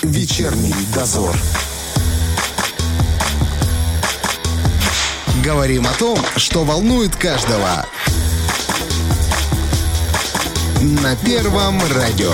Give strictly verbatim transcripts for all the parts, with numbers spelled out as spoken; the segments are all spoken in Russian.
Вечерний дозор. Говорим о том, что волнует каждого. На Первом радио.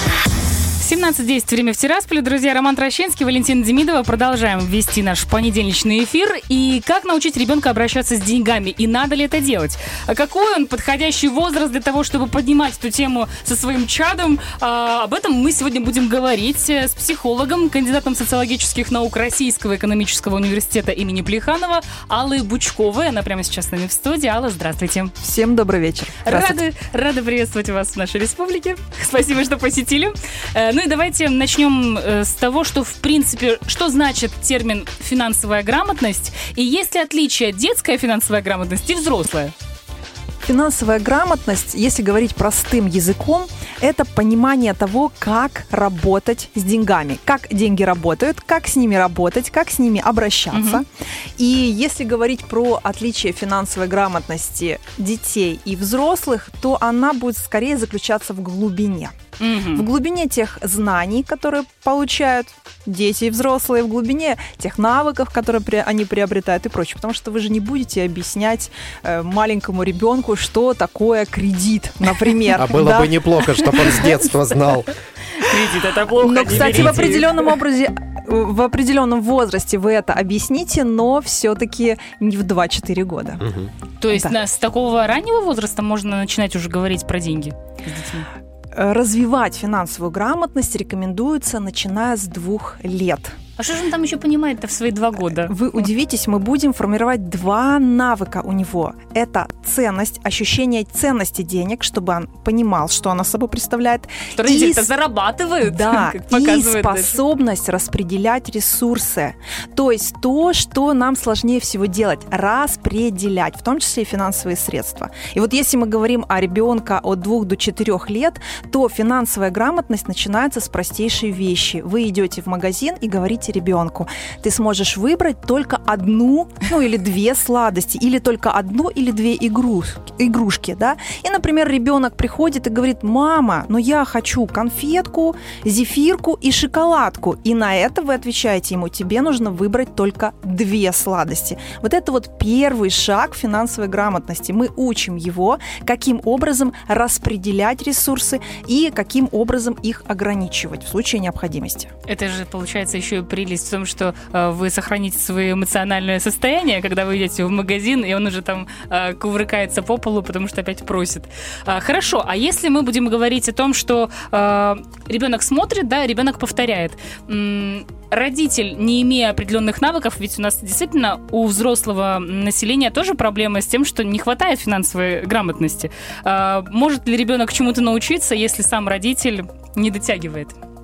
семнадцать десять, время в Тирасполе. Друзья, Роман Трощинский, Валентина Демидова. Продолжаем вести наш понедельничный эфир. И как научить ребенка обращаться с деньгами? И надо ли это делать? Какой он подходящий возраст для того, чтобы поднимать эту тему со своим чадом? А, об этом мы сегодня будем говорить с психологом, кандидатом социологических наук Российского экономического университета имени Плеханова Аллой Бучковой. Она прямо сейчас с нами в студии. Алла, здравствуйте. Всем добрый вечер. Рады, рады приветствовать вас в нашей республике. Спасибо, что посетили. Ну и давайте начнем с того, что, в принципе, что значит термин «финансовая грамотность» и есть ли отличие детская финансовая грамотность и взрослая? Финансовая грамотность, если говорить простым языком, это понимание того, как работать с деньгами, как деньги работают, как с ними работать, как с ними обращаться. Угу. И если говорить про отличие финансовой грамотности детей и взрослых, то она будет скорее заключаться в глубине. Угу. В глубине тех знаний, которые получают дети и взрослые, в глубине тех навыков, которые они приобретают и прочее. Потому что вы же не будете объяснять э, маленькому ребенку, что такое кредит, например. А было бы неплохо, чтобы он с детства знал. Кредит — это плохо. Но, кстати, в определенном образе, в определенном возрасте вы это объясните, но все-таки не в два-четыре года. То есть с такого раннего возраста можно начинать уже говорить про деньги с детьми? Развивать финансовую грамотность рекомендуется, начиная с двух лет. А что же он там еще понимает-то в свои два года? Вы удивитесь, мы будем формировать два навыка у него. Это ценность, ощущение ценности денег, чтобы он понимал, что она собой представляет. Что родители-то зарабатывают, да, как показывает. И способность это. распределять ресурсы. То есть то, что нам сложнее всего делать, распределять, в том числе и финансовые средства. И вот если мы говорим о ребенке от двух до четырех лет, то финансовая грамотность начинается с простейшей вещи. Вы идете в магазин и говорите ребенку: ты сможешь выбрать только одну, ну или две сладости, или только одну или две игрушки, игрушки, да? И, например, ребенок приходит и говорит: мама, ну я хочу конфетку, зефирку и шоколадку. И на это вы отвечаете ему: тебе нужно выбрать только две сладости. Вот это вот первый шаг финансовой грамотности. Мы учим его, каким образом распределять ресурсы и каким образом их ограничивать в случае необходимости. Это же, получается, еще и прелесть в том, что э, вы сохраните свое эмоциональное состояние, когда вы идете в магазин, и он уже там э, кувыркается по полу, потому что опять просит. Э, хорошо, а если мы будем говорить о том, что э, ребенок смотрит, да, ребенок повторяет. М- Родитель, не имея определенных навыков, ведь у нас действительно у взрослого населения тоже проблема с тем, что не хватает финансовой грамотности. Э, может ли ребенок чему-то научиться, если сам родитель не дотягивает?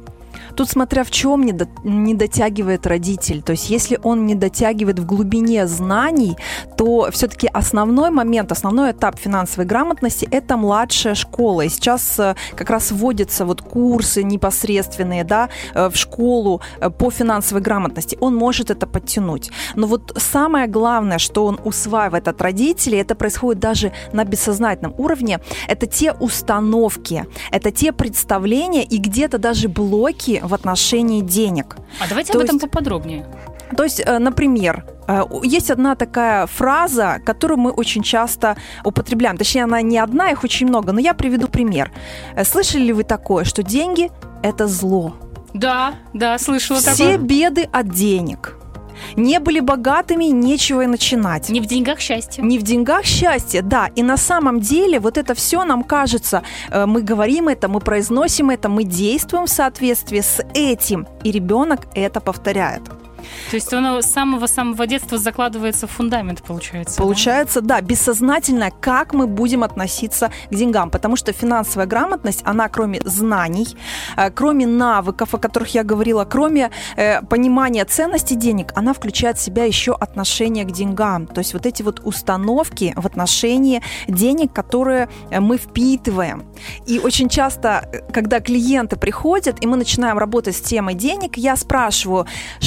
Тут смотря в чем не, до, не дотягивает родитель. То есть если он не дотягивает в глубине знаний, то все-таки основной момент, основной этап финансовой грамотности – это младшая школа. И сейчас как раз вводятся вот курсы непосредственные, да, в школу по финансовой грамотности. Он может это подтянуть. Но вот самое главное, что он усваивает от родителей, это происходит даже на бессознательном уровне, это те установки, это те представления и где-то даже блоки в отношении денег. А давайте то об этом есть, поподробнее. То есть, например, есть одна такая фраза, которую мы очень часто употребляем. Точнее, она не одна, их очень много, но я приведу пример. Слышали ли вы такое, что деньги – это зло? Да, да, слышала такое. Все беды от денег. Не были богатыми, нечего и начинать. Не в деньгах счастье. Не в деньгах счастье, да. И на самом деле вот это все нам кажется, мы говорим это, мы произносим это, мы действуем в соответствии с этим. И ребенок это повторяет. То есть оно с самого-самого детства закладывается в фундамент, получается? Получается, да? да, бессознательно, как мы будем относиться к деньгам, потому что финансовая грамотность, она кроме знаний, кроме навыков, о которых я говорила, кроме э, понимания ценности денег, она включает в себя еще отношение к деньгам, то есть вот эти вот установки в отношении денег, которые мы впитываем. И очень часто, когда клиенты приходят, и мы начинаем работать с темой денег, я спрашиваю, что вы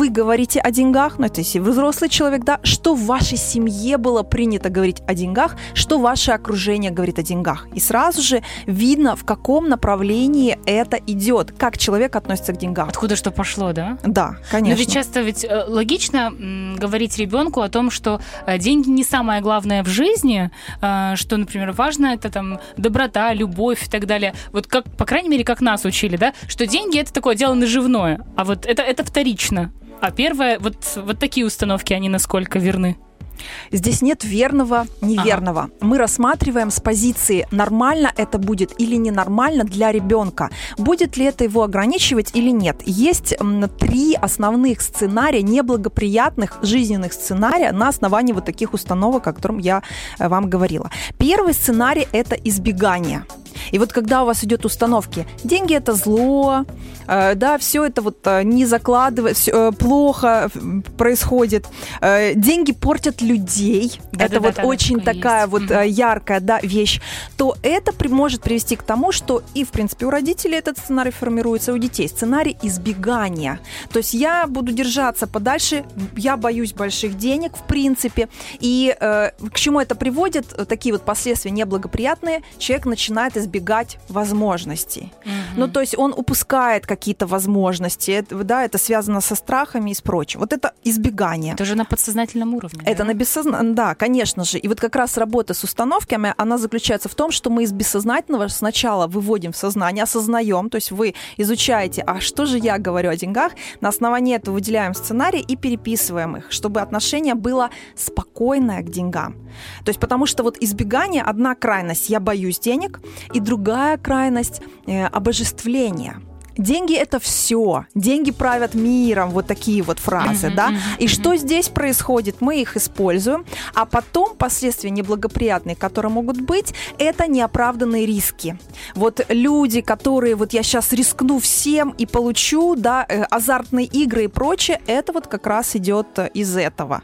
вы говорите о деньгах, ну, это если вы взрослый человек, да, что в вашей семье было принято говорить о деньгах, что ваше окружение говорит о деньгах. И сразу же видно, в каком направлении это идет, как человек относится к деньгам. Откуда что пошло, да? Да, конечно. Но ведь часто ведь э, логично м, говорить ребенку о том, что э, деньги не самое главное в жизни, э, что, например, важно это там доброта, любовь и так далее. Вот как, по крайней мере, как нас учили, да, что деньги это такое дело наживное, а вот это, это вторично. А первое, вот, вот такие установки, они насколько верны? Здесь нет верного, неверного. Ага. Мы рассматриваем с позиции, нормально это будет или ненормально для ребенка. Будет ли это его ограничивать или нет. Есть м, три основных сценария, неблагоприятных жизненных сценария на основании вот таких установок, о котором я э, вам говорила. Первый сценарий – это избегание. И вот когда у вас идет установки, деньги – это зло, э, да, все это вот э, не закладывает, все, э, плохо происходит, э, деньги портят людей, да, это да, вот да, очень да, такая есть. вот э, яркая, да, вещь, то это при, может привести к тому, что и, в принципе, у родителей этот сценарий формируется, у детей сценарий избегания. То есть я буду держаться подальше, я боюсь больших денег, в принципе, и э, к чему это приводит, такие вот последствия неблагоприятные, человек начинает избегать возможностей. Mm-hmm. Ну, то есть он упускает какие-то возможности, это, да, это связано со страхами и с прочим. Вот это избегание. Это же на подсознательном уровне. Это да? на бессознательном, да, конечно же. И вот как раз работа с установками, она заключается в том, что мы из бессознательного сначала выводим в сознание, осознаем, то есть вы изучаете, а что же я говорю о деньгах, на основании этого выделяем сценарий и переписываем их, чтобы отношение было спокойное к деньгам. То есть потому что вот избегание, одна крайность, я боюсь денег, и другая крайность э, обожествления. Деньги – это все. Деньги правят миром. Вот такие вот фразы, mm-hmm, да? Mm-hmm, и mm-hmm. что здесь происходит? Мы их используем, а потом последствия неблагоприятные, которые могут быть, это неоправданные риски. Вот люди, которые вот я сейчас рискну всем и получу, да, азартные игры и прочее, это вот как раз идет из этого.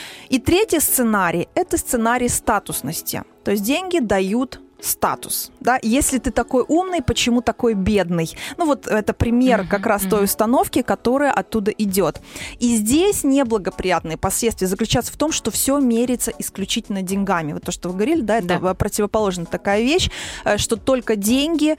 И третий сценарий – это сценарий статусности. То есть деньги дают статус, да, если ты такой умный, почему такой бедный? Ну вот это пример mm-hmm, как раз mm-hmm. той установки, которая оттуда идет. И здесь неблагоприятные последствия заключаются в том, что все меряется исключительно деньгами. Вот то, что вы говорили, да, это да. противоположная такая вещь, что только деньги,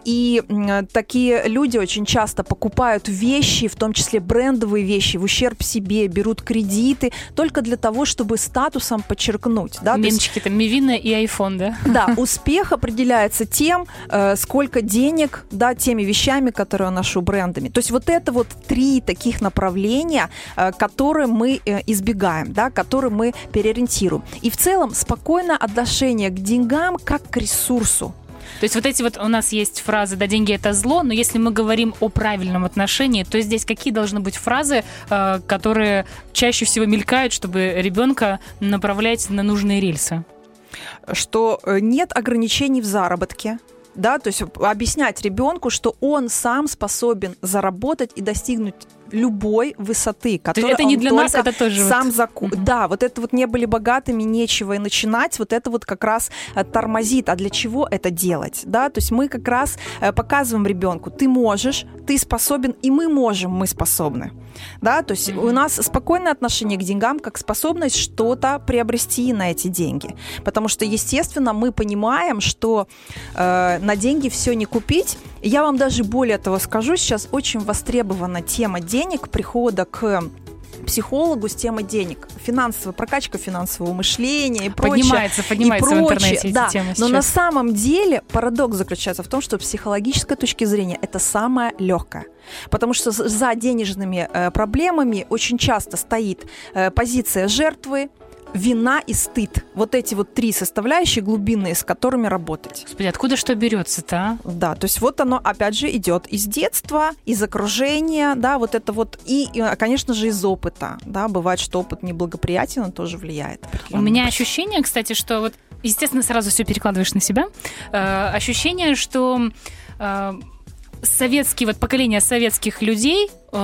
и такие люди очень часто покупают вещи, в том числе брендовые вещи, в ущерб себе, берут кредиты только для того, чтобы статусом подчеркнуть. Да? Менчики, там, Мивина и айфон, да? Да, успех Успех определяется тем, э, сколько денег, да, теми вещами, которые я ношу, брендами. То есть вот это вот три таких направления, э, которые мы э, избегаем, да, которые мы переориентируем. И в целом спокойное отношение к деньгам как к ресурсу. То есть вот эти вот у нас есть фразы «да, деньги – это зло», но если мы говорим о правильном отношении, то здесь какие должны быть фразы, э, которые чаще всего мелькают, чтобы ребенка направлять на нужные рельсы? Что нет ограничений в заработке, да, то есть объяснять ребенку, что он сам способен заработать и достигнуть любой высоты, которую это не он для только нас, это тоже сам вот... заку... mm-hmm. Да, вот это вот не были богатыми, нечего и начинать, вот это вот как раз тормозит. А для чего это делать? Да, то есть мы как раз показываем ребенку, ты можешь, ты способен, и мы можем, мы способны. Да, то есть mm-hmm. у нас спокойное отношение к деньгам, как способность что-то приобрести на эти деньги. Потому что, естественно, мы понимаем, что э, на деньги все не купить. Я вам даже более того скажу, сейчас очень востребована тема денег, прихода к психологу с темой денег, финансовая прокачка финансового мышления и прочее. Поднимается, поднимается и в интернете да. эти темы сейчас. Но на самом деле парадокс заключается в том, что с психологической точки зрения это самое легкое. Потому что за денежными э, проблемами очень часто стоит э, позиция жертвы, вина и стыд. Вот эти вот три составляющие глубинные, с которыми работать. Господи, откуда что берется-то, а? Да, то есть вот оно, опять же, идет из детства, из окружения, да, вот это вот, и, конечно же, из опыта, да, бывает, что опыт неблагоприятен, он тоже влияет. У меня ощущение, кстати, что вот, естественно, сразу все перекладываешь на себя, э, ощущение, что э, советские, вот поколение советских людей, э,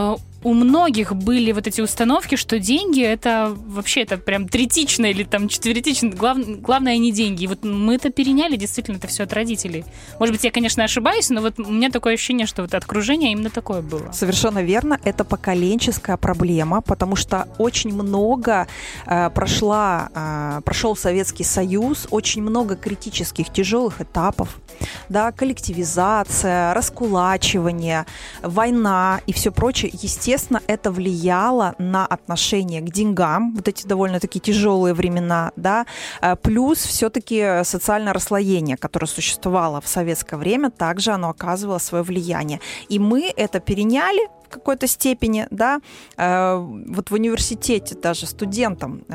у многих были вот эти установки, что деньги это вообще это прям третично или там четверетично. Глав, главное не деньги. И вот мы это переняли, действительно, это все от родителей. Может быть, я, конечно, ошибаюсь, но вот у меня такое ощущение, что вот окружение именно такое было. Совершенно верно. Это поколенческая проблема, потому что очень много э, прошла, э, прошел Советский Союз, очень много критических, тяжелых этапов, да, коллективизация, раскулачивание, война и все прочее. Естественно, это влияло на отношение к деньгам, вот эти довольно-таки тяжелые времена, да, плюс все-таки социальное расслоение, которое существовало в советское время, также оно оказывало свое влияние. И мы это переняли в какой-то степени, да, вот в университете даже студентам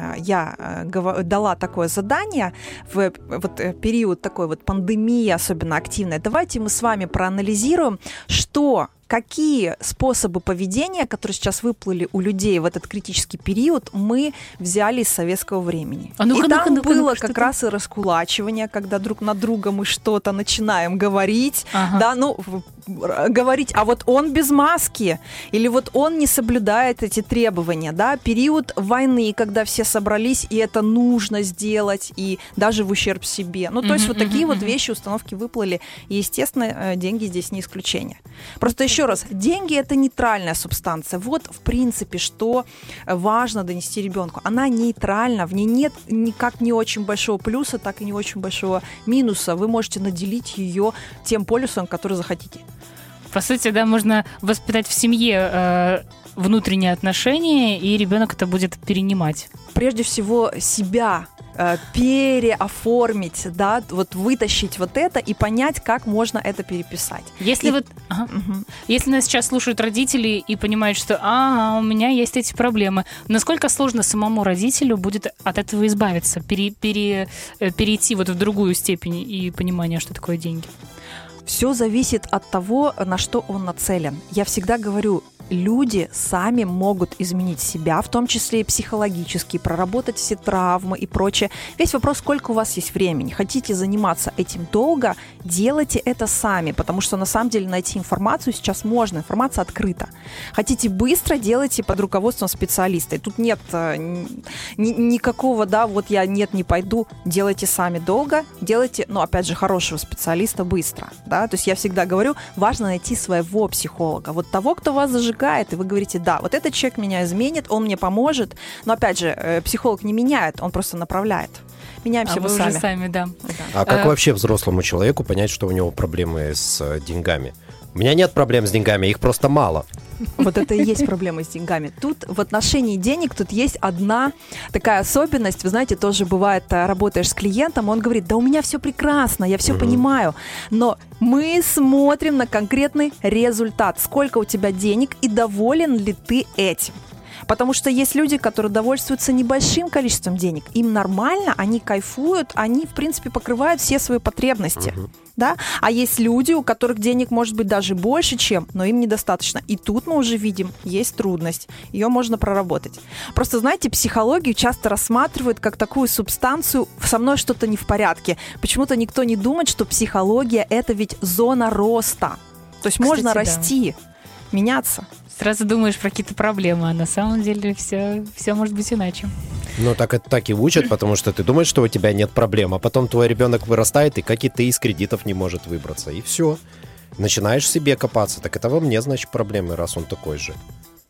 я дала такое задание в вот период такой вот пандемии, особенно активной. Давайте мы с вами проанализируем, что какие способы поведения, которые сейчас выплыли у людей в этот критический период, мы взяли из советского времени. А ну-ка, и там ну-ка, было ну-ка, как раз и раскулачивание, когда друг на друга мы что-то начинаем говорить, ага. да, ну, говорить, а вот он без маски, или вот он не соблюдает эти требования, да, период войны, когда все собрались, и это нужно сделать, и даже в ущерб себе. Ну, то есть uh-huh, вот такие uh-huh, вот вещи, установки выплыли, и, естественно, деньги здесь не исключение. Просто еще раз, деньги – это нейтральная субстанция. Вот, в принципе, что важно донести ребенку. Она нейтральна, в ней нет никак не очень большого плюса, так и не очень большого минуса. Вы можете наделить ее тем полюсом, который захотите. По сути, да, можно воспитать в семье э, внутренние отношения, и ребенок это будет перенимать. Прежде всего, себя э, переоформить, да, вот вытащить вот это и понять, как можно это переписать. Если, и... вот, ага. угу. Если нас сейчас слушают родители и понимают, что ага, у меня есть эти проблемы, насколько сложно самому родителю будет от этого избавиться, пере, пере, перейти вот в другую степень и понимания, что такое деньги? Все зависит от того, на что он нацелен. Я всегда говорю, люди сами могут изменить себя, в том числе и психологически, проработать все травмы и прочее. Весь вопрос, сколько у вас есть времени. Хотите заниматься этим долго, делайте это сами, потому что на самом деле найти информацию сейчас можно, информация открыта. Хотите быстро, делайте под руководством специалиста. И тут нет ни, никакого, да, вот я нет, не пойду, делайте сами долго, делайте, ну, опять же, хорошего специалиста быстро, да. То есть я всегда говорю, важно найти своего психолога, вот того, кто вас зажигает, и вы говорите, да, вот этот человек меня изменит, он мне поможет, но опять же, психолог не меняет, он просто направляет. Меняемся а мы вы сами. Уже сами, да. А как а... вообще взрослому человеку понять, что у него проблемы с деньгами? У меня нет проблем с деньгами, их просто мало. Вот это и есть проблема с деньгами. Тут в отношении денег тут есть одна такая особенность. Вы знаете, тоже бывает, работаешь с клиентом, он говорит, да у меня все прекрасно, я все mm-hmm. понимаю. Но мы смотрим на конкретный результат. Сколько у тебя денег и доволен ли ты этим? Потому что есть люди, которые довольствуются небольшим количеством денег. Им нормально, они кайфуют, они, в принципе, покрывают все свои потребности. Uh-huh. Да? А есть люди, у которых денег может быть даже больше, чем, но им недостаточно. И тут мы уже видим, есть трудность. Ее можно проработать. Просто, знаете, психологию часто рассматривают как такую субстанцию, со мной что-то не в порядке. Почему-то никто не думает, что психология – это ведь зона роста. То есть Кстати, можно да. расти, меняться. Сразу думаешь про какие-то проблемы, а на самом деле все, все может быть иначе. Ну, так это так и учат, потому что ты думаешь, что у тебя нет проблем, а потом твой ребенок вырастает, и какие-то из кредитов не может выбраться, и все. Начинаешь в себе копаться, так это во мне, значит, проблемы, раз он такой же.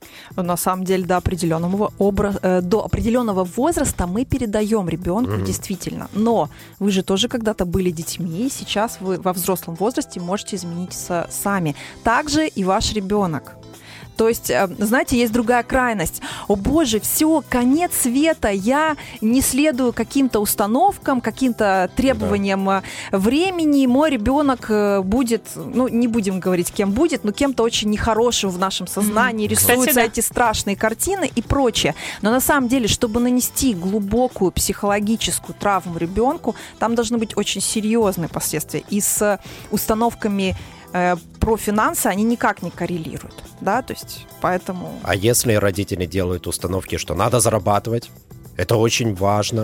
На самом деле, до определенного, образ, э, до определенного возраста мы передаем ребенку, mm-hmm. действительно. Но вы же тоже когда-то были детьми, и сейчас вы во взрослом возрасте можете измениться сами. Также и ваш ребенок. То есть, знаете, есть другая крайность. О боже, все, конец света, я не следую каким-то установкам, каким-то требованиям да. времени, мой ребенок будет, ну, не будем говорить, кем будет, но кем-то очень нехорошим в нашем сознании, mm-hmm. рисуются Кстати, да. эти страшные картины и прочее. Но на самом деле, чтобы нанести глубокую психологическую травму ребенку, там должны быть очень серьезные последствия. И с установками про финансы они никак не коррелируют, да, то есть поэтому... А если родители делают установки, что надо зарабатывать, это очень важно,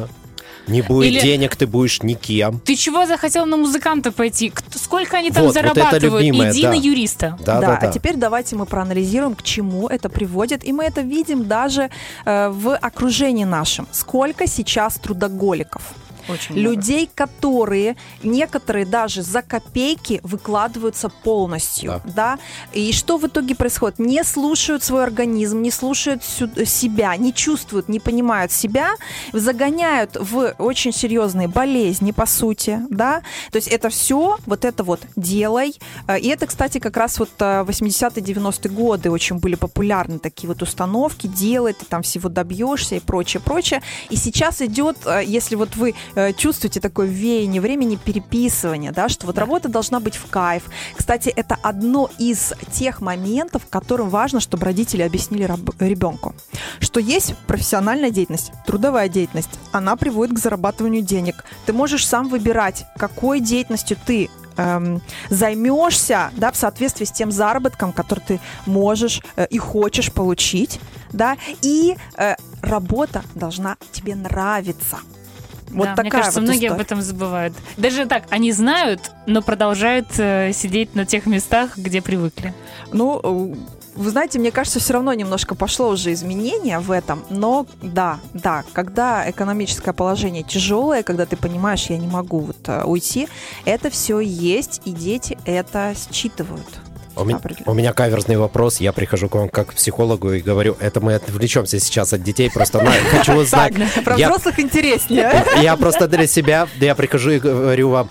Не будет Или... денег, ты будешь никем. Ты чего захотел на музыканта пойти? Сколько они там вот, зарабатывают? Вот любимое, Иди да. на юриста. Да, Да, да, да. А теперь давайте мы проанализируем, к чему это приводит. И мы это видим даже э, в окружении нашем. Сколько сейчас трудоголиков. Очень людей, которые некоторые даже за копейки выкладываются полностью, да. да, и что в итоге происходит? Не слушают свой организм, не слушают себя, не чувствуют, не понимают себя, загоняют в очень серьезные болезни, по сути, да, то есть это все, вот это вот делай, и это, кстати, как раз вот восьмидесятые, девяностые годы очень были популярны такие вот установки, делай, ты там всего добьешься и прочее, прочее, и сейчас идет, если вот вы чувствуете такое веяние времени переписывания, да, что вот работа должна быть в кайф. Кстати, это одно из тех моментов, которым важно, чтобы родители объяснили раб- ребенку, что есть профессиональная деятельность, трудовая деятельность, она приводит к зарабатыванию денег. Ты можешь сам выбирать, какой деятельностью ты эм, займешься, да, в соответствии с тем заработком, который ты можешь э, и хочешь получить, да, и э, работа должна тебе нравиться. Вот да, такая мне кажется, вот многие история. об этом забывают. Даже так, они знают, но продолжают э, сидеть на тех местах, где привыкли. Ну, вы знаете, мне кажется, все равно немножко пошло уже изменение в этом, но да, да, когда экономическое положение тяжелое, когда ты понимаешь, я не могу вот уйти, это все есть, и дети это считывают. У меня, у меня каверзный вопрос. Я прихожу к вам как к психологу и говорю, это мы отвлечемся сейчас от детей, просто на, хочу узнать. Про взрослых интереснее. Я просто для себя, я прихожу и говорю вам,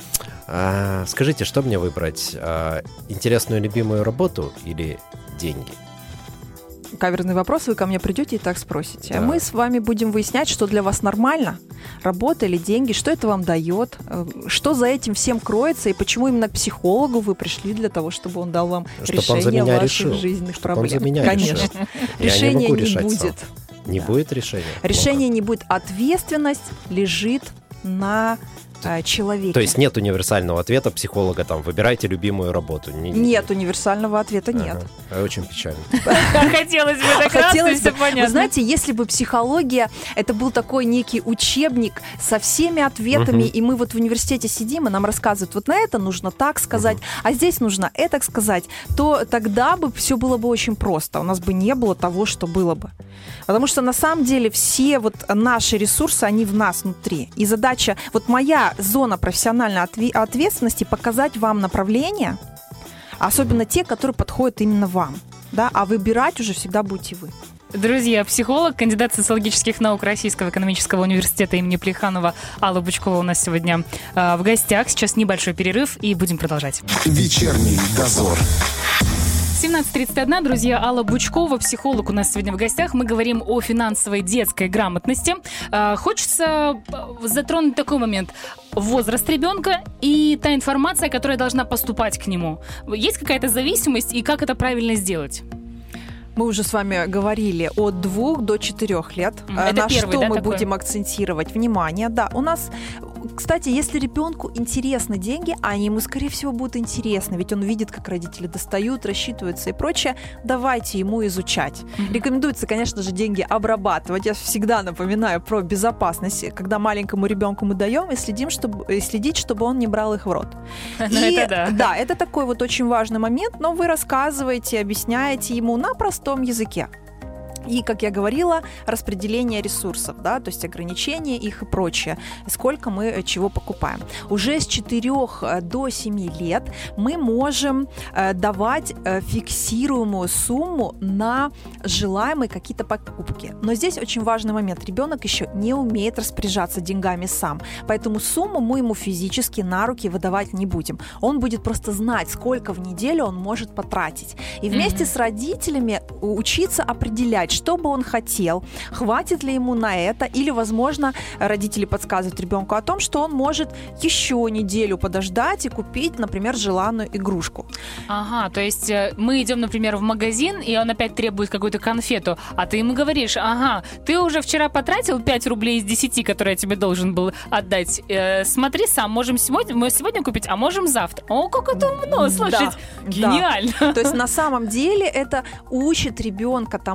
а, скажите, что мне выбрать? А, интересную любимую работу или деньги? Каверзный вопрос, вы ко мне придете и так спросите. Да. Мы с вами будем выяснять, что для вас нормально, работа или деньги, что это вам дает, что за этим всем кроется и почему именно к психологу вы пришли для того, чтобы он дал вам Чтобы он за решение меня ваших решил. жизненных Чтобы проблем. он за меня Конечно. решил. Я Решения не могу не решать будет. сам. Не Да. будет решения? Решения не будет. Ответственность лежит на э, человеке. То есть нет универсального ответа психолога, там, выбирайте любимую работу? Не- Нет универсального ответа, нет. Ага. Очень печально. Хотелось бы так раз, и Хотелось все бы. понятно. Вы знаете, если бы психология, это был такой некий учебник со всеми ответами, Мгм. и мы вот в университете сидим, и нам рассказывают, вот на это нужно так сказать, а здесь нужно это сказать, то тогда бы все было бы очень просто. У нас бы не было того, что было бы. Потому что на самом деле все вот наши ресурсы, они в нас внутри. И задача, вот моя зона профессиональной отве- ответственности показать вам направления, особенно те, которые подходят именно вам. Да? А выбирать уже всегда будете вы. Друзья, психолог, кандидат социологических наук Российского экономического университета имени Плеханова Алла Бучкова у нас сегодня э, в гостях. Сейчас небольшой перерыв и будем продолжать. Вечерний дозор. семнадцать тридцать один, друзья, Алла Бучкова, психолог у нас сегодня в гостях. Мы говорим о финансовой детской грамотности. Э, Хочется затронуть такой момент. Возраст ребенка и та информация, которая должна поступать к нему. Есть какая-то зависимость, и как это правильно сделать? Мы уже с вами говорили от двух до четырех лет. Это На первый, что да, мы такой? будем акцентировать внимание. Да, у нас, кстати, если ребенку интересны деньги, а они ему, скорее всего, будут интересны, ведь он видит, как родители достают, рассчитываются и прочее, давайте ему изучать. Мгм. Рекомендуется, конечно же, деньги обрабатывать. Я всегда напоминаю про безопасность. Когда маленькому ребенку мы даем, и следим, чтобы, и следить, чтобы он не брал их в рот. Ну, И, это да. да, это такой вот очень важный момент, но вы рассказываете, объясняете ему на простом языке. И, как я говорила, распределение ресурсов, да, то есть ограничения их и прочее, сколько мы чего покупаем. Уже с четырёх до семи лет мы можем э, давать э, фиксируемую сумму на желаемые какие-то покупки. Но здесь очень важный момент. Ребенок еще не умеет распоряжаться деньгами сам, поэтому сумму мы ему физически на руки выдавать не будем. Он будет просто знать, сколько в неделю он может потратить. И вместе Мгм. с родителями учиться определять, что бы он хотел, хватит ли ему на это, или, возможно, родители подсказывают ребенку о том, что он может еще неделю подождать и купить, например, желанную игрушку. Ага, то есть э, мы идем, например, в магазин, и он опять требует какую-то конфету, а ты ему говоришь: ага, ты уже вчера потратил пять рублей из десяти, которые я тебе должен был отдать. Э, смотри сам, можем сегодня, мы сегодня купить, а можем завтра. О, как это умно, слушайте, Да, гениально. То есть на самом деле это учит ребенка тому, что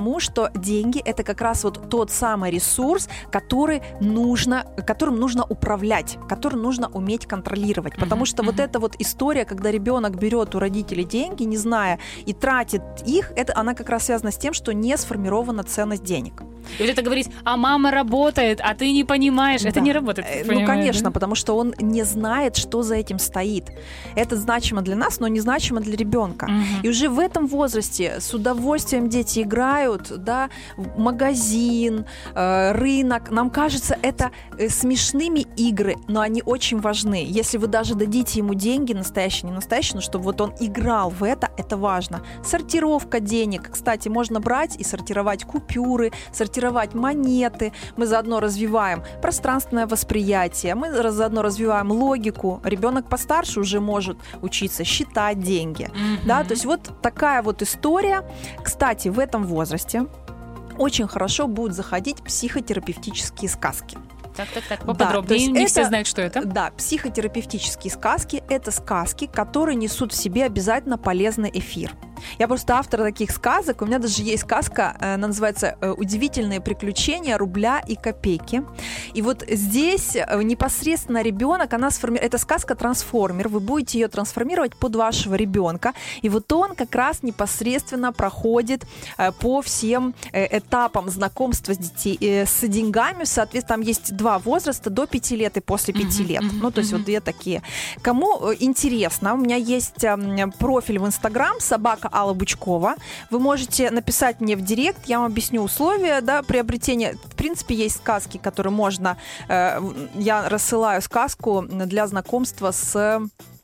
что деньги – это как раз вот тот самый ресурс, который нужно, которым нужно управлять, который нужно уметь контролировать. Потому что вот эта вот история, когда ребенок берет у родителей деньги, не зная, и тратит их, это, она как раз связана с тем, что не сформирована ценность денег. И вот это говорить, а мама работает, а ты не понимаешь, да. это не работает. Ну, конечно, да? Потому что он не знает, что за этим стоит. Это значимо для нас, но не значимо для ребенка. Угу. И уже в этом возрасте с удовольствием дети играют, да, в магазин, э, рынок. Нам кажется, это смешными игры, но они очень важны. Если вы даже дадите ему деньги, настоящие, не настоящие, но чтобы вот он играл в это, это важно. Сортировка денег. Кстати, можно брать и сортировать купюры, сортировать монеты, мы заодно развиваем пространственное восприятие, мы заодно развиваем логику. Ребенок постарше уже может учиться считать деньги. Mm-hmm. Да? То есть вот такая вот история. Кстати, в этом возрасте очень хорошо будут заходить психотерапевтические сказки. Так, так, так, поподробнее. Да, не это, все знают, что это. Да, психотерапевтические сказки – это сказки, которые несут в себе обязательно полезный эфир. Я просто автор таких сказок. У меня даже есть сказка, она называется «Удивительные приключения рубля и копейки». И вот здесь непосредственно ребенок, она сформи... это сказка «Трансформер». Вы будете ее трансформировать под вашего ребенка. И вот он как раз непосредственно проходит по всем этапам знакомства с, детей, с деньгами. Соответственно, там есть два возраста, до пяти лет и после пяти лет. Uh-huh, ну, то есть uh-huh. вот две такие. Кому интересно, у меня есть профиль в Инстаграм «Собака Алла Бучкова». Вы можете написать мне в директ, я вам объясню условия, да, приобретения. В принципе, есть сказки, которые можно... Э, я рассылаю сказку для знакомства с...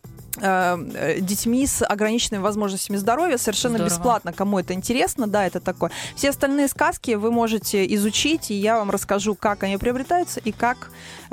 детьми с ограниченными возможностями здоровья, совершенно Здорово. Бесплатно, кому это интересно, да, это такое. Все остальные сказки вы можете изучить, и я вам расскажу, как они приобретаются и как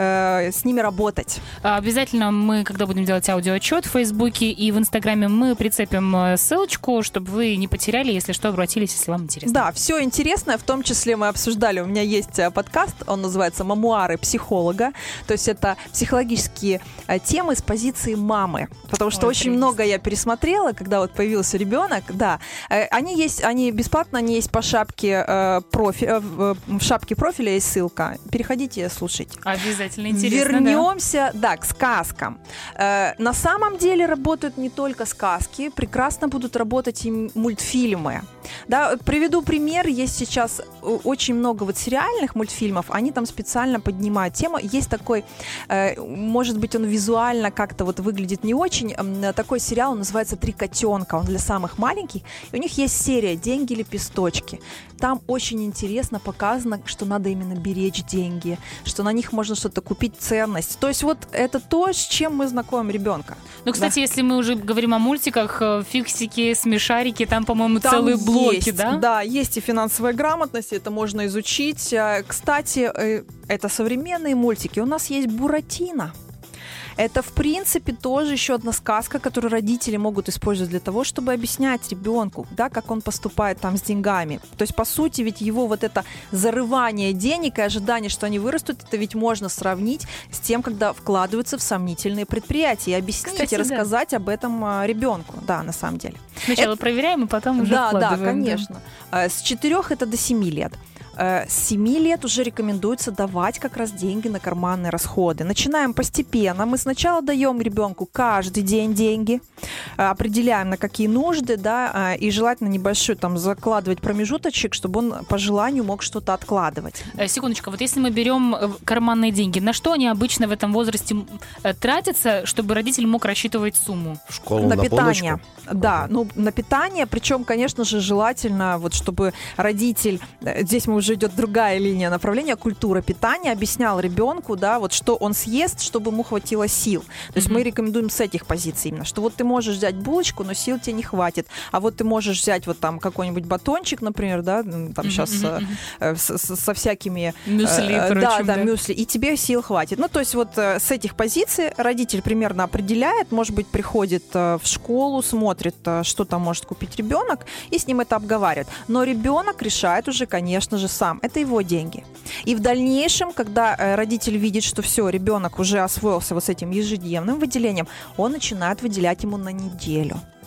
э, с ними работать. Обязательно мы, когда будем делать аудиоотчет в Фейсбуке и в Инстаграме, мы прицепим ссылочку, чтобы вы не потеряли, если что, обратились, если вам интересно. Да, все интересное, в том числе мы обсуждали, у меня есть подкаст, он называется «Мемуары психолога», то есть это психологические темы с позиции мамы. Потому что Ой, очень прелесть. Много я пересмотрела, когда вот появился ребенок, да. Они есть, они бесплатно, они есть по шапке э, профи, э, в шапке профиля есть ссылка. Переходите, слушайте. Обязательно интересно. Вернемся, да, да к сказкам. Э, на самом деле работают не только сказки, прекрасно будут работать и мультфильмы. Да, приведу пример. Есть сейчас очень много вот сериальных мультфильмов, они там специально поднимают тему. Есть такой, э, может быть, он визуально как-то вот выглядит не очень. Такой сериал, он называется «Три котенка», он для самых маленьких. И у них есть серия «Деньги, лепесточки». Там очень интересно показано, что надо именно беречь деньги, что на них можно что-то купить, ценность. То есть вот это то, с чем мы знакомим ребенка. Ну, кстати, да. Если мы уже говорим о мультиках, фиксики, смешарики, там, по-моему, там целые блоки, есть, да? Да, есть и финансовая грамотность, это можно изучить. Кстати, это современные мультики. У нас есть «Буратино». Это, в принципе, тоже еще одна сказка, которую родители могут использовать для того, чтобы объяснять ребенку, да, как он поступает там с деньгами. То есть, по сути, ведь его вот это зарывание денег и ожидание, что они вырастут, это ведь можно сравнить с тем, когда вкладываются в сомнительные предприятия. И объяснить, Кстати, и рассказать да. об этом ребенку. Да, на самом деле. Сначала это... проверяем, и потом уже да, вкладываем. Да, конечно. Да. С четырех это до семи лет. С семи лет уже рекомендуется давать как раз деньги на карманные расходы. Начинаем постепенно. Мы сначала даем ребенку каждый день деньги, определяем, на какие нужды, да, и желательно небольшой там закладывать промежуточек, чтобы он по желанию мог что-то откладывать. Секундочку, вот если мы берем карманные деньги, на что они обычно в этом возрасте тратятся, чтобы родитель мог рассчитывать сумму? В школу, на, на питание. Булочку? Да, ну на питание, причем, конечно же, желательно, вот чтобы родитель, здесь мы уже идет другая линия направления, культура питания, объяснял ребенку, да, вот что он съест, чтобы ему хватило сил. То есть mm-hmm. мы рекомендуем с этих позиций именно, что вот ты можешь взять булочку, но сил тебе не хватит, а вот ты можешь взять вот там какой-нибудь батончик, например, да, там mm-hmm. сейчас mm-hmm. э, с, с, со всякими... Мюсли, э, короче, да, да, да, мюсли, и тебе сил хватит. Ну, то есть вот э, с этих позиций родитель примерно определяет, может быть, приходит э, в школу, смотрит, э, что там может купить ребенок, и с ним это обговаривает. Но ребенок решает уже, конечно же, сам. Это его деньги. И в дальнейшем, когда э, родитель видит, что все, ребенок уже освоился вот с этим ежедневным выделением, он начинает выделять ему на неделю.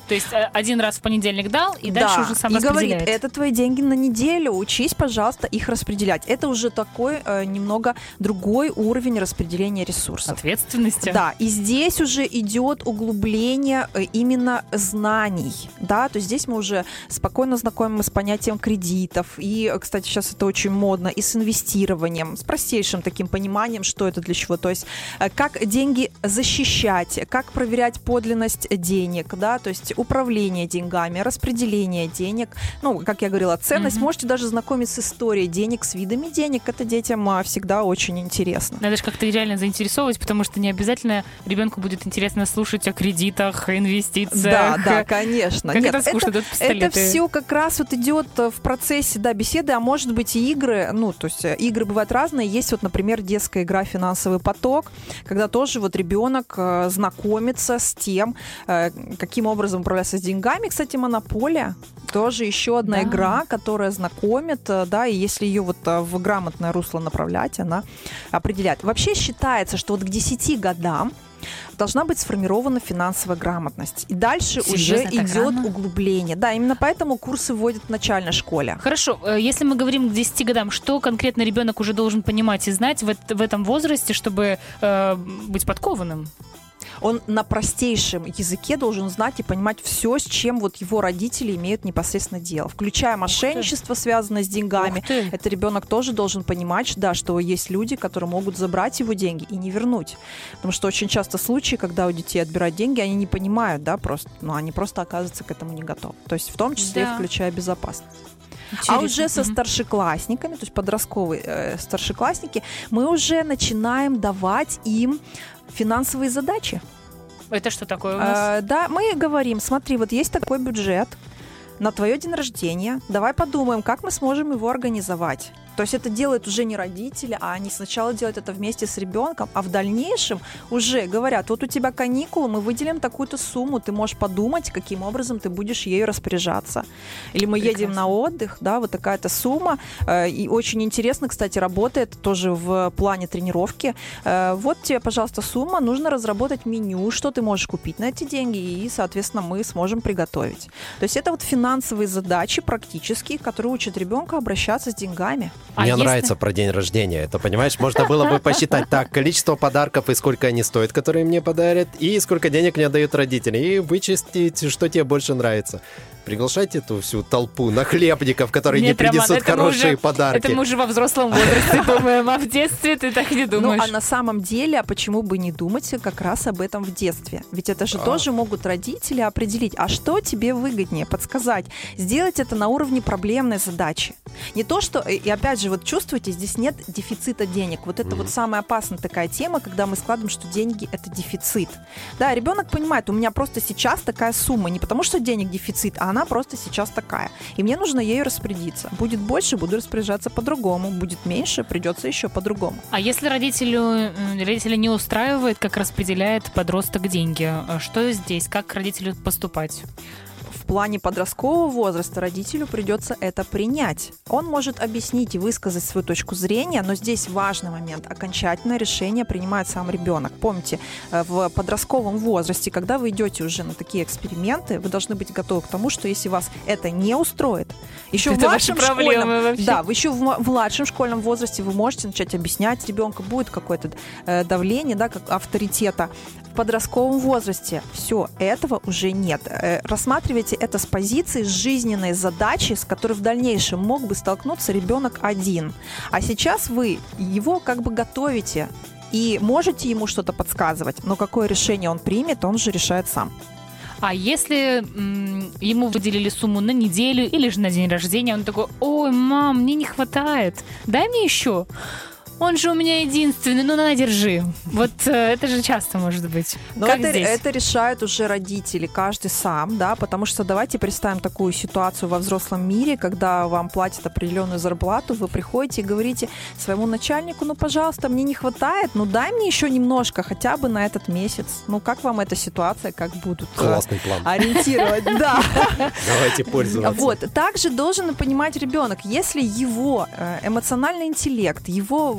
То есть один раз в понедельник дал, и дальше да, уже сам и распределяет. говорит, это твои деньги на неделю, учись, пожалуйста, их распределять. Это уже такой э, немного другой уровень распределения ресурсов. Ответственности. Да, и здесь уже идет углубление э, именно знаний, да, то есть здесь мы уже спокойно знакомы с понятием кредитов, и, кстати, сейчас это очень модно, и с инвестированием, с простейшим таким пониманием, что это для чего, то есть э, как деньги защищать, как проверять подлинность денег, да, то есть управление деньгами, распределение денег, ну, как я говорила, ценность, mm-hmm. можете даже знакомиться с историей денег, с видами денег, это детям а, всегда очень интересно. Надо же как-то реально заинтересовывать, потому что не обязательно ребенку будет интересно слушать о кредитах, инвестициях. Да, да, конечно. Как Нет, это скучно, это, тут пистолеты. Это все как раз вот идет в процессе, да, беседы, а может быть и игры, ну, то есть игры бывают разные, есть вот, например, детская игра «Финансовый поток», когда тоже вот ребенок э, знакомится с тем, э, каким образом управляться с деньгами. Кстати, «Монополия» тоже еще одна да. игра, которая знакомит, да, и если ее вот в грамотное русло направлять, она определяет. Вообще считается, что вот к десяти годам должна быть сформирована финансовая грамотность. И дальше Серьезно, уже идет рано? Углубление. Да, именно поэтому курсы вводят в начальной школе. Хорошо, если мы говорим к десяти годам, что конкретно ребенок уже должен понимать и знать в, в этом возрасте, чтобы э, быть подкованным? Он на простейшем языке должен знать и понимать все, с чем вот его родители имеют непосредственно дело, включая мошенничество, связанное с деньгами. Это ребенок тоже должен понимать, да, что есть люди, которые могут забрать его деньги и не вернуть. Потому что очень часто случаи, когда у детей отбирают деньги, они не понимают, да, просто, ну, они просто оказываются к этому не готовы. То есть в том числе да. включая безопасность. Интересно. А уже со старшеклассниками, то есть подростковые э, старшеклассники, мы уже начинаем давать им финансовые задачи. Это что такое у нас? А, да, мы говорим, смотри, вот есть такой бюджет на твое день рождения, давай подумаем, как мы сможем его организовать. То есть это делают уже не родители, а они сначала делают это вместе с ребенком, а в дальнейшем уже говорят, вот у тебя каникулы, мы выделим такую-то сумму, ты можешь подумать, каким образом ты будешь ею распоряжаться. Или мы Прекрасно. Едем на отдых, да, вот такая-то сумма. И очень интересно, кстати, работает тоже в плане тренировки. Вот тебе, пожалуйста, сумма, нужно разработать меню, что ты можешь купить на эти деньги, и, соответственно, мы сможем приготовить. То есть это вот финансовые задачи практические, которые учат ребенка обращаться с деньгами. Мне а нравится если... про день рождения. Это, понимаешь, можно было бы посчитать так, количество подарков и сколько они стоят, которые мне подарят, и сколько денег мне дают родители, и вычислить, что тебе больше нравится. Приглашайте эту всю толпу нахлебников, которые Нет, не принесут Роман, хорошие уже, подарки. Это мы уже во взрослом возрасте думаем, а в детстве ты так не думаешь. Ну, а на самом деле, а почему бы не думать как раз об этом в детстве? Ведь это же а. тоже могут родители определить, а что тебе выгоднее, подсказать. Сделать это на уровне проблемной задачи. Не то, что, и опять же, вот чувствуете, здесь нет дефицита денег. Вот это mm-hmm. вот самая опасная такая тема, когда мы складываем, что деньги — это дефицит. Да, ребенок понимает, у меня просто сейчас такая сумма, не потому что денег дефицит, а она просто сейчас такая. И мне нужно ею распорядиться. Будет больше, буду распоряжаться по-другому. Будет меньше, придется еще по-другому. А если родителю, родители не устраивает, как распределяет подросток деньги, что здесь? Как родителю поступать? В плане подросткового возраста родителю придется это принять. Он может объяснить и высказать свою точку зрения, но здесь важный момент. Окончательное решение принимает сам ребенок. Помните, в подростковом возрасте, когда вы идете уже на такие эксперименты, вы должны быть готовы к тому, что если вас это не устроит, еще это в младшем школьном, да, вы еще в младшем школьном возрасте вы можете начать объяснять ребенку, будет какое-то э, давление, да, как авторитета. В подростковом возрасте все, этого уже нет. Э, рассматривайте это с позиции жизненной задачи, с которой в дальнейшем мог бы столкнуться ребенок один. А сейчас вы его как бы готовите и можете ему что-то подсказывать, но какое решение он примет, он же решает сам. А если м- ему выделили сумму на неделю или же на день рождения, он такой: ой, мам, мне не хватает, дай мне еще. Он же у меня единственный, ну на, держи. Вот э, это же часто может быть. Но как это, здесь? это решают уже родители, каждый сам, да, потому что давайте представим такую ситуацию во взрослом мире, когда вам платят определенную зарплату, вы приходите и говорите своему начальнику: ну, пожалуйста, мне не хватает, ну дай мне еще немножко, хотя бы на этот месяц. Ну, как вам эта ситуация, как будут Классный план. ориентировать? Да. Давайте пользоваться. Вот, также должен понимать ребенок, если его эмоциональный интеллект, его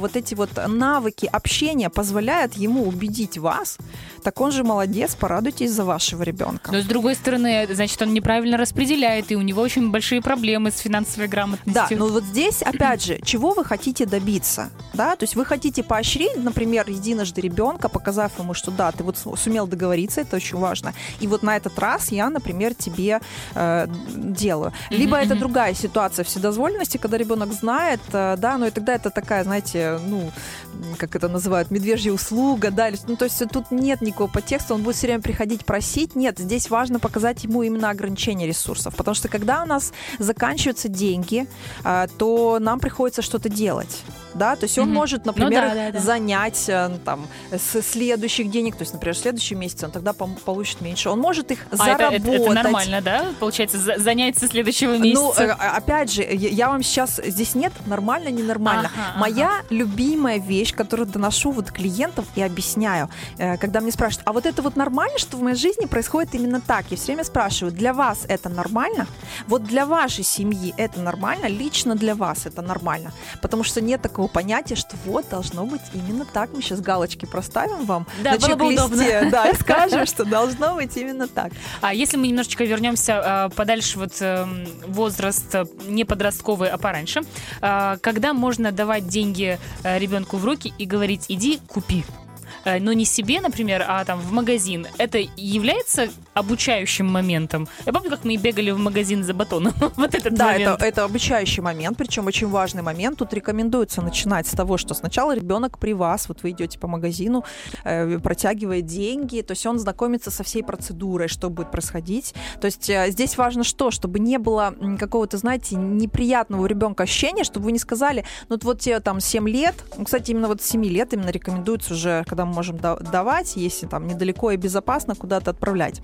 вот эти вот навыки общения позволяют ему убедить вас, так он же молодец, порадуйтесь за вашего ребенка. Но с другой стороны, значит, он неправильно распределяет, и у него очень большие проблемы с финансовой грамотностью. Да, но вот здесь, опять же, чего вы хотите добиться? Да? То есть вы хотите поощрить, например, единожды ребенка, показав ему, что да, ты вот сумел договориться, это очень важно, и вот на этот раз я, например, тебе э, делаю. Либо mm-hmm. это другая ситуация вседозволенности, когда ребенок знает, э, да, но и тогда это такая, знаете, ну, как это называют, медвежья услуга, да, ну, то есть тут нет никакого подтекста, он будет все время приходить просить. Нет, здесь важно показать ему именно ограничение ресурсов, потому что когда у нас заканчиваются деньги, э, то нам приходится что-то делать. Да, то есть он mm-hmm. может, например, ну, да, да, да. занять там, с следующих денег, то есть, например, в следующем месяце он тогда получит меньше. Он может их а заработать. Это, это, это нормально, да? Получается, занять со следующего месяца? Ну, опять же, я вам сейчас... Здесь нет нормально, ненормально. Ага, Моя ага. любимая вещь, которую доношу вот клиентам и объясняю, когда мне спрашивают, а вот это вот нормально, что в моей жизни происходит именно так? Я все время спрашиваю, для вас это нормально? Вот для вашей семьи это нормально? Лично для вас это нормально? Потому что нет такого понятие, что вот должно быть именно так. Мы сейчас галочки проставим вам да, на чек-листе, да, и скажем, что должно быть именно так. А если мы немножечко вернемся э, подальше, вот э, возраст э, не подростковый, а пораньше, э, когда можно давать деньги э, ребенку в руки и говорить, иди купи? Но не себе, например, а там в магазин. Это является обучающим моментом? Я помню, как мы бегали в магазин за батоном. Вот этот да, момент. Да, это, это обучающий момент, причем очень важный момент. Тут рекомендуется начинать с того, что сначала ребенок при вас, вот вы идете по магазину, э, протягивает деньги, то есть он знакомится со всей процедурой, что будет происходить. То есть э, здесь важно что? Чтобы не было какого-то, знаете, неприятного у ребенка ощущения, чтобы вы не сказали, ну вот тебе там семь лет, ну, кстати, именно вот с семи лет именно рекомендуется уже, когда мы можем давать, если там недалеко и безопасно куда-то отправлять.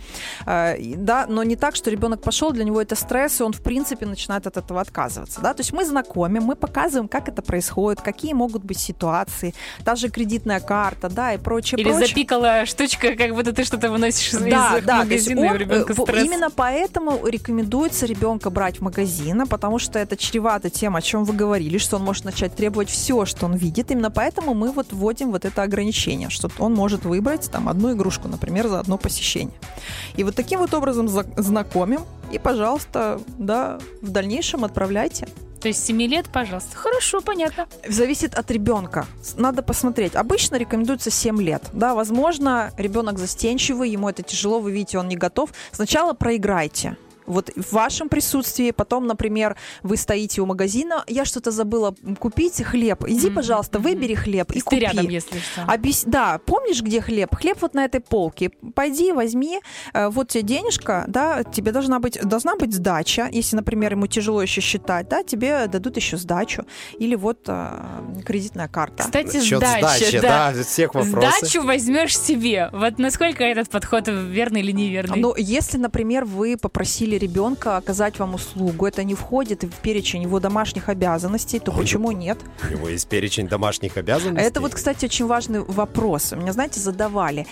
Да, но не так, что ребенок пошел, для него это стресс, и он, в принципе, начинает от этого отказываться. Да? То есть мы знакомим, мы показываем, как это происходит, какие могут быть ситуации, та же кредитная карта, да, и прочее, Или прочее. запикала штучка, как будто ты что-то выносишь из да, да, магазина, он, и у ребенка стресс. Именно поэтому рекомендуется ребенка брать в магазин, потому что это чревато тем, о чем вы говорили, что он может начать требовать все, что он видит. Именно поэтому мы вот вводим вот это ограничение, что он может выбрать там одну игрушку, например, за одно посещение. И вот таким вот образом за- знакомим, и, пожалуйста, да, в дальнейшем отправляйте. То есть семи лет, пожалуйста. Хорошо, понятно. Зависит от ребенка. Надо посмотреть. Обычно рекомендуется семь лет. Да, возможно, ребенок застенчивый, ему это тяжело, вы видите, он не готов. Сначала проиграйте. Вот в вашем присутствии, потом, например, вы стоите у магазина, я что-то забыла купить, хлеб. Иди, mm-hmm. пожалуйста, выбери хлеб и, и купи. Ты рядом, если что. Объяс... Да, помнишь, где хлеб? Хлеб вот на этой полке. Пойди, возьми, вот тебе денежка, да, тебе должна быть, должна быть сдача. Если, например, ему тяжело еще считать, да, тебе дадут еще сдачу. Или вот а, кредитная карта. Кстати, Счет сдача, сдачи, да. да, всех вопросов. Сдачу возьмешь себе. Вот насколько этот подход верный или неверный? Ну, если, например, вы попросили ребенка оказать вам услугу, это не входит в перечень его домашних обязанностей, то Ой, почему нет? У него есть перечень домашних обязанностей. Это вот, кстати, очень важный вопрос. Меня, знаете, задавали.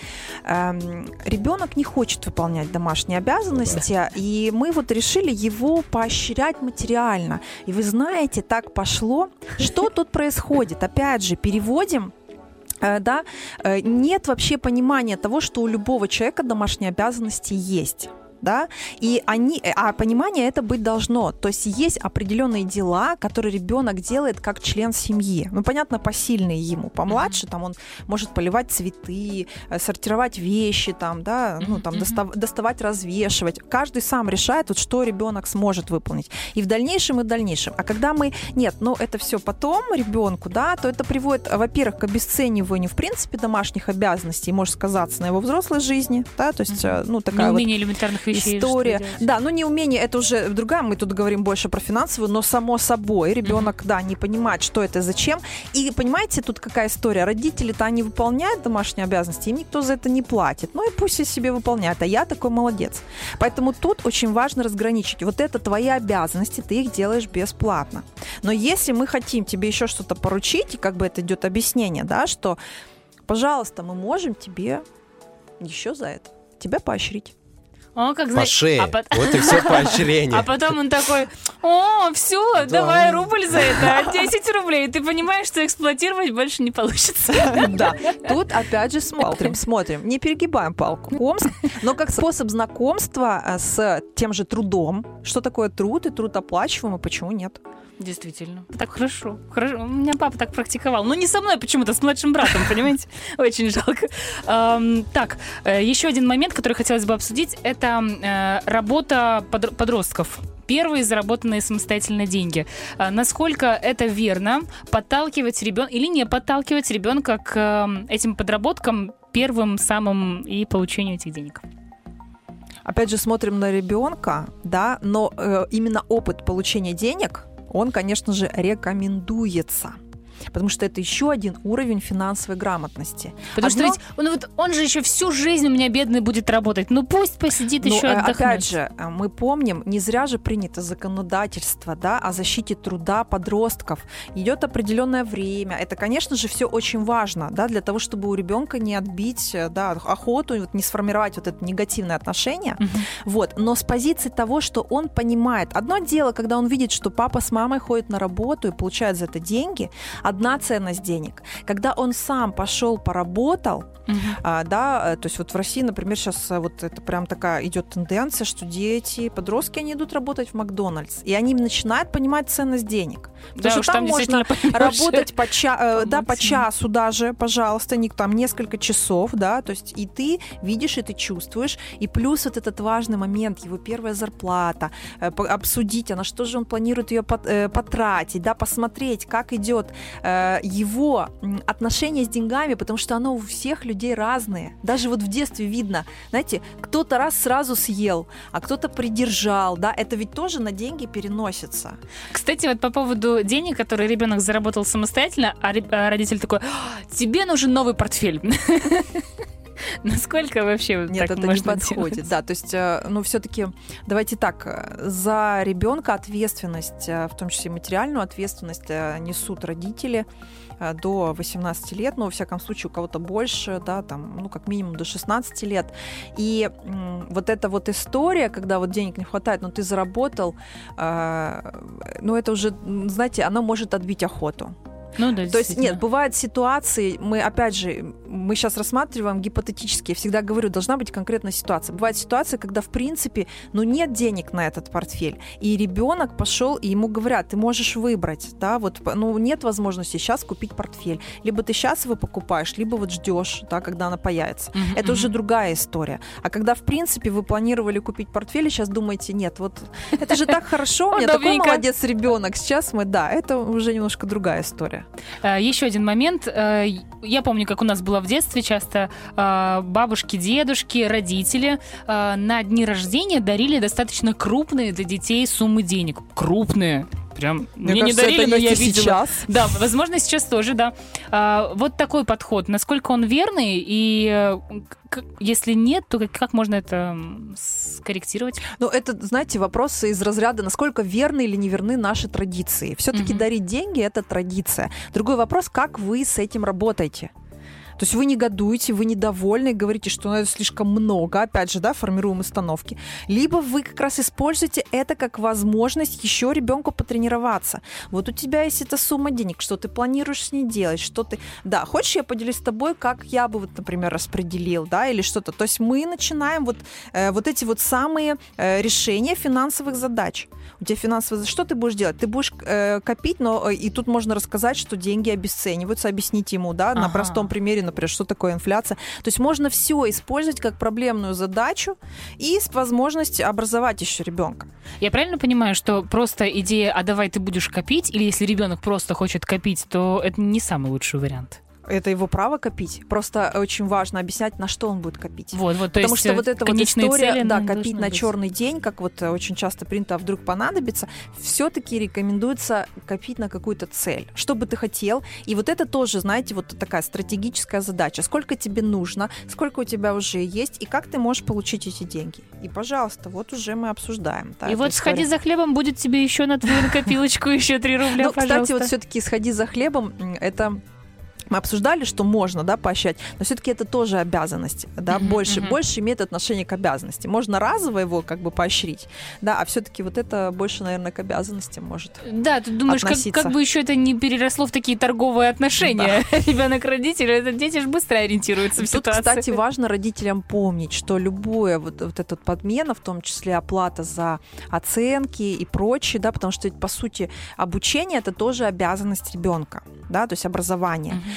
Эм, ребенок не хочет выполнять домашние обязанности, да. и мы вот решили его поощрять материально. И вы знаете, так пошло. Что тут происходит? Опять же, переводим. Да, нет вообще понимания того, что у любого человека домашние обязанности есть. Да, и они, а понимание это быть должно. То есть есть определенные дела, которые ребенок делает как член семьи. Ну, понятно, посильные ему. Помладше, mm-hmm. там он может поливать цветы, сортировать вещи, там, да, ну, там, mm-hmm. достав, доставать, развешивать. Каждый сам решает, вот, что ребенок сможет выполнить. И в дальнейшем, и в дальнейшем. А когда мы, нет, ну, это все потом ребенку, да, то это приводит, во-первых, к обесцениванию, в принципе, домашних обязанностей, может сказаться на его взрослой жизни, да, то есть, mm-hmm. ну, такая Неумение вот... элементарных вещей, история. Да, ну неумение, это уже другая, мы тут говорим больше про финансовую, но само собой ребенок, mm-hmm. да, не понимает, что это, зачем. И понимаете, тут какая история? Родители-то они выполняют домашние обязанности, им никто за это не платит. Ну и пусть себе выполняют, а я такой молодец. Поэтому тут очень важно разграничить. Вот это твои обязанности, ты их делаешь бесплатно. Но если мы хотим тебе еще что-то поручить, и как бы это идет объяснение, да, что, пожалуйста, мы можем тебе еще за это, тебя поощрить. О, как По знаешь, шее. а пот- Вот и все поощрение. А потом он такой: о, все, давай рубль за это, десять рублей. Ты понимаешь, что эксплуатировать больше не получится. Да, тут опять же смотрим, смотрим, не перегибаем палку. Знакомство, но как способ знакомства с тем же трудом, что такое труд и труд оплачиваемый, почему нет? Действительно. Так хорошо. Хорошо. У меня папа так практиковал. Но не со мной почему-то, с младшим братом, понимаете? Очень жалко. Эм, так, э, еще один момент, который хотелось бы обсудить, это э, работа подро- подростков. Первые заработанные самостоятельно деньги. А насколько это верно подталкивать ребенка или не подталкивать ребенка к э, этим подработкам первым самым и получению этих денег? Опять же, смотрим на ребенка, да, но э, именно опыт получения денег, он, конечно же, рекомендуется. Потому что это еще один уровень финансовой грамотности. Потому Одно... что ведь он, вот, он же еще всю жизнь у меня бедный будет работать. Ну пусть посидит, ну, еще отдохнет. Опять же, мы помним, не зря же принято законодательство, да, о защите труда подростков. Идет определенное время. Это, конечно же, все очень важно, да, для того, чтобы у ребенка не отбить, да, охоту, вот, не сформировать вот это негативное отношение. Uh-huh. Вот. Но с позиции того, что он понимает. Одно дело, когда он видит, что папа с мамой ходят на работу и получают за это деньги. Одна ценность денег. Когда он сам пошел, поработал, uh-huh. а, да, то есть вот в России, например, сейчас вот это прям такая идет тенденция, что дети, подростки, они идут работать в Макдональдс, и они начинают понимать ценность денег. Потому да, что там, там можно работать по, ча- да, по часу даже, пожалуйста, не, там несколько часов, да, то есть и ты видишь, и ты чувствуешь, и плюс вот этот важный момент, его первая зарплата, э, обсудить, а на что же он планирует ее пот- э, потратить, да, посмотреть, как идет его отношение с деньгами, потому что оно у всех людей разные. Даже вот в детстве видно, знаете, кто-то раз сразу съел, а кто-то придержал, да, это ведь тоже на деньги переносится. Кстати, вот по поводу денег, которые ребенок заработал самостоятельно, а родитель такой: тебе нужен новый портфель. Насколько вообще Нет, так это можно не подходит. делать? Да, то есть, ну, все-таки, давайте так, за ребенка ответственность, в том числе материальную ответственность, несут родители до восемнадцати лет, но, во всяком случае, у кого-то больше, да, там, ну, как минимум до шестнадцати лет. И м, вот эта вот история, когда вот денег не хватает, но ты заработал, э, ну, это уже, знаете, она может отбить охоту. Ну, да, то есть, нет, бывают ситуации, мы, опять же, мы сейчас рассматриваем гипотетически, я всегда говорю, должна быть конкретная ситуация. Бывает ситуация, когда, в принципе, ну, нет денег на этот портфель, и ребенок пошел, и ему говорят, ты можешь выбрать, да, вот, ну, нет возможности сейчас купить портфель. Либо ты сейчас его покупаешь, либо вот ждешь, да, когда она появится. Mm-hmm. Это уже другая история. А когда, в принципе, вы планировали купить портфель, и сейчас думаете, нет, вот, это же так хорошо, у меня такой молодец ребенок, сейчас мы, да, это уже немножко другая история. Еще один момент. Я помню, как у нас было в детстве часто бабушки, дедушки, родители на дни рождения дарили достаточно крупные для детей суммы денег. Крупные. Прям мне, мне кажется, не дарили, но я видела. Сейчас. Да, возможно, сейчас тоже, да. А, вот такой подход. Насколько он верный, и к- если нет, то как, как можно это скорректировать? Ну, это, знаете, вопросы из разряда, насколько верны или неверны наши традиции. Все-таки mm-hmm. дарить деньги – это традиция. Другой вопрос, как вы с этим работаете. То есть вы негодуете, вы недовольны, говорите, что это слишком много, опять же, да, формируем установки. Либо вы как раз используете это как возможность еще ребенку потренироваться. Вот у тебя есть эта сумма денег, что ты планируешь с ней делать, что ты... Да, хочешь, я поделюсь с тобой, как я бы, вот, например, распределил, да, или что-то. То есть мы начинаем вот, э, вот эти вот самые э, решения финансовых задач. У тебя финансовые... Что ты будешь делать? Ты будешь э, копить, но э, и тут можно рассказать, что деньги обесцениваются, объяснить ему, да, ага. на простом примере, например, что такое инфляция. То есть можно все использовать как проблемную задачу и с возможностью образовать еще ребенка. Я правильно понимаю, что просто идея «а давай ты будешь копить», или если ребенок просто хочет копить, то это не самый лучший вариант? Это его право копить. Просто очень важно объяснять, на что он будет копить. Вот, вот, Потому есть что вот эта вот история, да, копить копить на быть. черный день, как вот очень часто принято, а вдруг понадобится, все-таки рекомендуется копить на какую-то цель. Что бы ты хотел. И вот это тоже, знаете, вот такая стратегическая задача. Сколько тебе нужно, сколько у тебя уже есть, и как ты можешь получить эти деньги. И, пожалуйста, вот уже мы обсуждаем. Да, и вот историю. Сходи за хлебом, будет тебе еще на твою накопилочку еще три рубля, ну, пожалуйста. Кстати, вот все-таки сходи за хлебом, это... Мы обсуждали, что можно, да, поощрять, но все-таки это тоже обязанность, да, uh-huh, больше, uh-huh. больше имеет отношение к обязанности. Можно разово его как бы поощрить, да, а все-таки вот это больше, наверное, к обязанностям может Да, ты думаешь, как, как бы еще это не переросло в такие торговые отношения? Да. Ребенок-родитель, это дети же быстро ориентируются в Тут, ситуации. кстати, важно родителям помнить, что любое вот, вот эта подмена, в том числе оплата за оценки и прочее, да, потому что, по сути, обучение – это тоже обязанность ребенка, да, то есть образование. Uh-huh.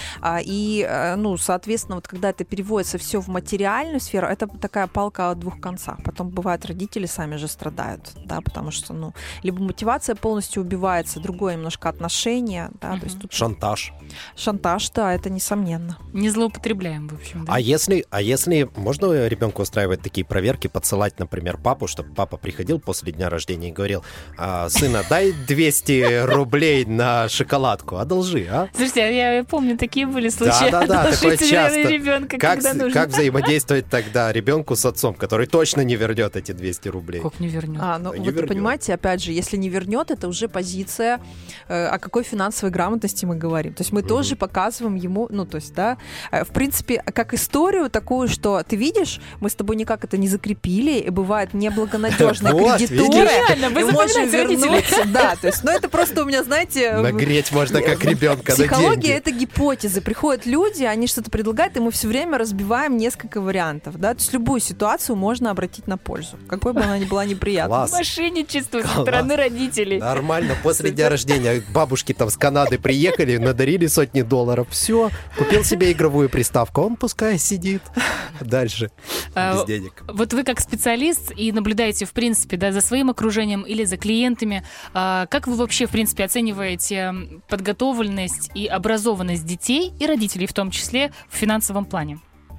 И, ну, соответственно, вот когда это переводится все в материальную сферу, это такая палка о двух концах. Потом, бывает, родители сами же страдают, да, потому что, ну, либо мотивация полностью убивается, другое немножко отношение, да, uh-huh. то есть тут... Шантаж. Шантаж, да, это несомненно. Не злоупотребляем, в общем, да. А если, а если можно ребенку устраивать такие проверки, подсылать, например, папу, чтобы папа приходил после дня рождения и говорил: а, сына, дай двести рублей на шоколадку, одолжи, а? Слушайте, я помню, такие были случаи. Да, да, да, такое часто. Ребенка, как, когда нужно. Как взаимодействовать тогда ребенку с отцом, который точно не вернет эти двести рублей? Как не вернет? А, ну, не вот вернет. Понимаете, опять же, если не вернет, это уже позиция, э, о какой финансовой грамотности мы говорим. То есть мы mm-hmm. тоже показываем ему, ну, то есть, да, э, в принципе, как историю такую, что ты видишь, мы с тобой никак это не закрепили, и бывают неблагонадежные кредиторы. Вы можем вернуться. Да, то есть, ну, это просто у меня, знаете... Нагреть можно как ребенка на деньги. Психология — это гипотезы. Приходят люди, они что-то предлагают, и мы все время разбиваем несколько вариантов, да, то есть любую ситуацию можно обратить на пользу, какой бы она ни была неприятной. Класс. Мошенничество со стороны родителей. Нормально, после дня рождения бабушки там с Канады приехали, надарили сотни долларов, все, купил себе игровую приставку, он пускай сидит дальше без денег. Вот вы как специалист и наблюдаете, в принципе, да, за своим окружением или за клиентами, как вы вообще, в принципе, оцениваете подготовленность и образованность детей и родителей, в том числе в финансовом плане?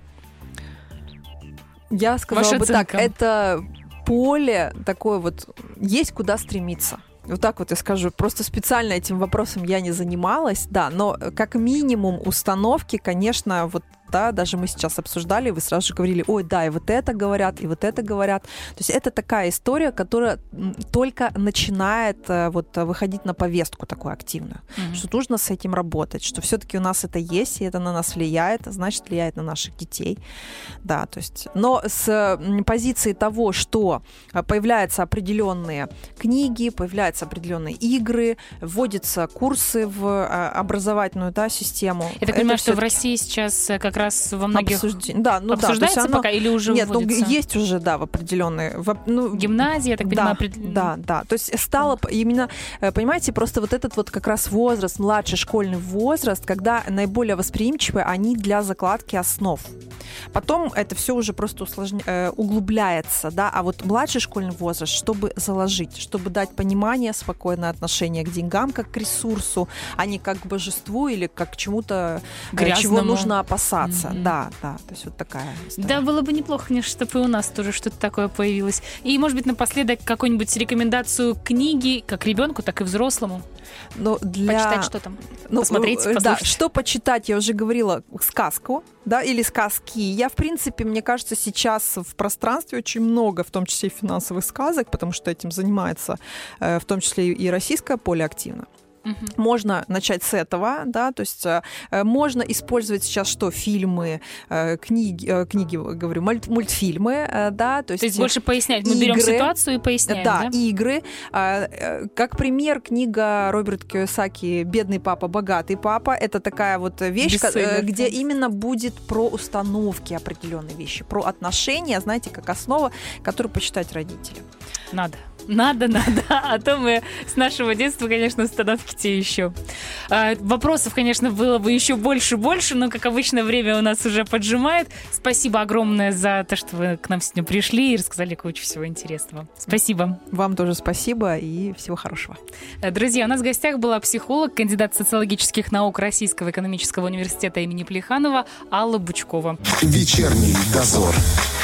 Я сказала бы так, это поле такое вот, есть куда стремиться. Вот так вот я скажу. Просто специально этим вопросом я не занималась, да, но как минимум установки, конечно, вот да, даже мы сейчас обсуждали, вы сразу же говорили: ой, да, и вот это говорят, и вот это говорят. То есть это такая история, которая только начинает вот выходить на повестку такую активную, mm-hmm. что нужно с этим работать, что все-таки у нас это есть, и это на нас влияет, значит, влияет на наших детей. Да, то есть, но с позиции того, что появляются определенные книги, появляются определенные игры, вводятся курсы в образовательную, да, систему. Я так понимаю, что в России сейчас как раз во многих Обсужден... да, ну, обсуждается да, оно... пока оно... или уже Нет, вводится? Ну, есть уже, да, в определенные... В... Ну, гимназии, я так да, понимаю. Пред... Да, да. То есть стало именно, понимаете, просто вот этот вот как раз возраст, младший школьный возраст, когда наиболее восприимчивые они для закладки основ. Потом это все уже просто усложня... углубляется, да, а вот младший школьный возраст, чтобы заложить, чтобы дать понимание, спокойное отношение к деньгам как к ресурсу, а не как к божеству или как к чему-то, грязному. Чего нужно опасаться. Mm-hmm. Да, да, то есть вот такая история. Да, было бы неплохо, конечно, чтобы и у нас тоже что-то такое появилось. И, может быть, напоследок какую-нибудь рекомендацию книги, как ребенку, так и взрослому. Но для... Почитать что там? Ну, посмотреть, послушать. Да, что почитать, я уже говорила, сказку, да, или сказки. Я, в принципе, мне кажется, сейчас в пространстве очень много, в том числе и финансовых сказок, потому что этим занимается в том числе и российское поле активно. Uh-huh. Можно начать с этого, да, то есть э, можно использовать сейчас что? Фильмы, э, книги, э, книги, говорю, мульт, мультфильмы, э, да, то есть... То есть больше пояснять, мы игры, берем ситуацию и поясняем, да? Да, игры. Э, э, как пример, книга Роберта Кийосаки «Бедный папа, богатый папа». Это такая вот вещь, э, где именно будет про установки определенные вещи, про отношения, знаете, как основа, которую почитать родителям. Надо. Надо, надо, а то мы с нашего детства, конечно, установки те еще. А, вопросов, конечно, было бы еще больше-больше, но, как обычно, время у нас уже поджимает. Спасибо огромное за то, что вы к нам сегодня пришли и рассказали кучу всего интересного. Спасибо. Вам тоже спасибо и всего хорошего. Друзья, у нас в гостях была психолог, кандидат социологических наук Российского экономического университета имени Плеханова Алла Бучкова. Вечерний дозор.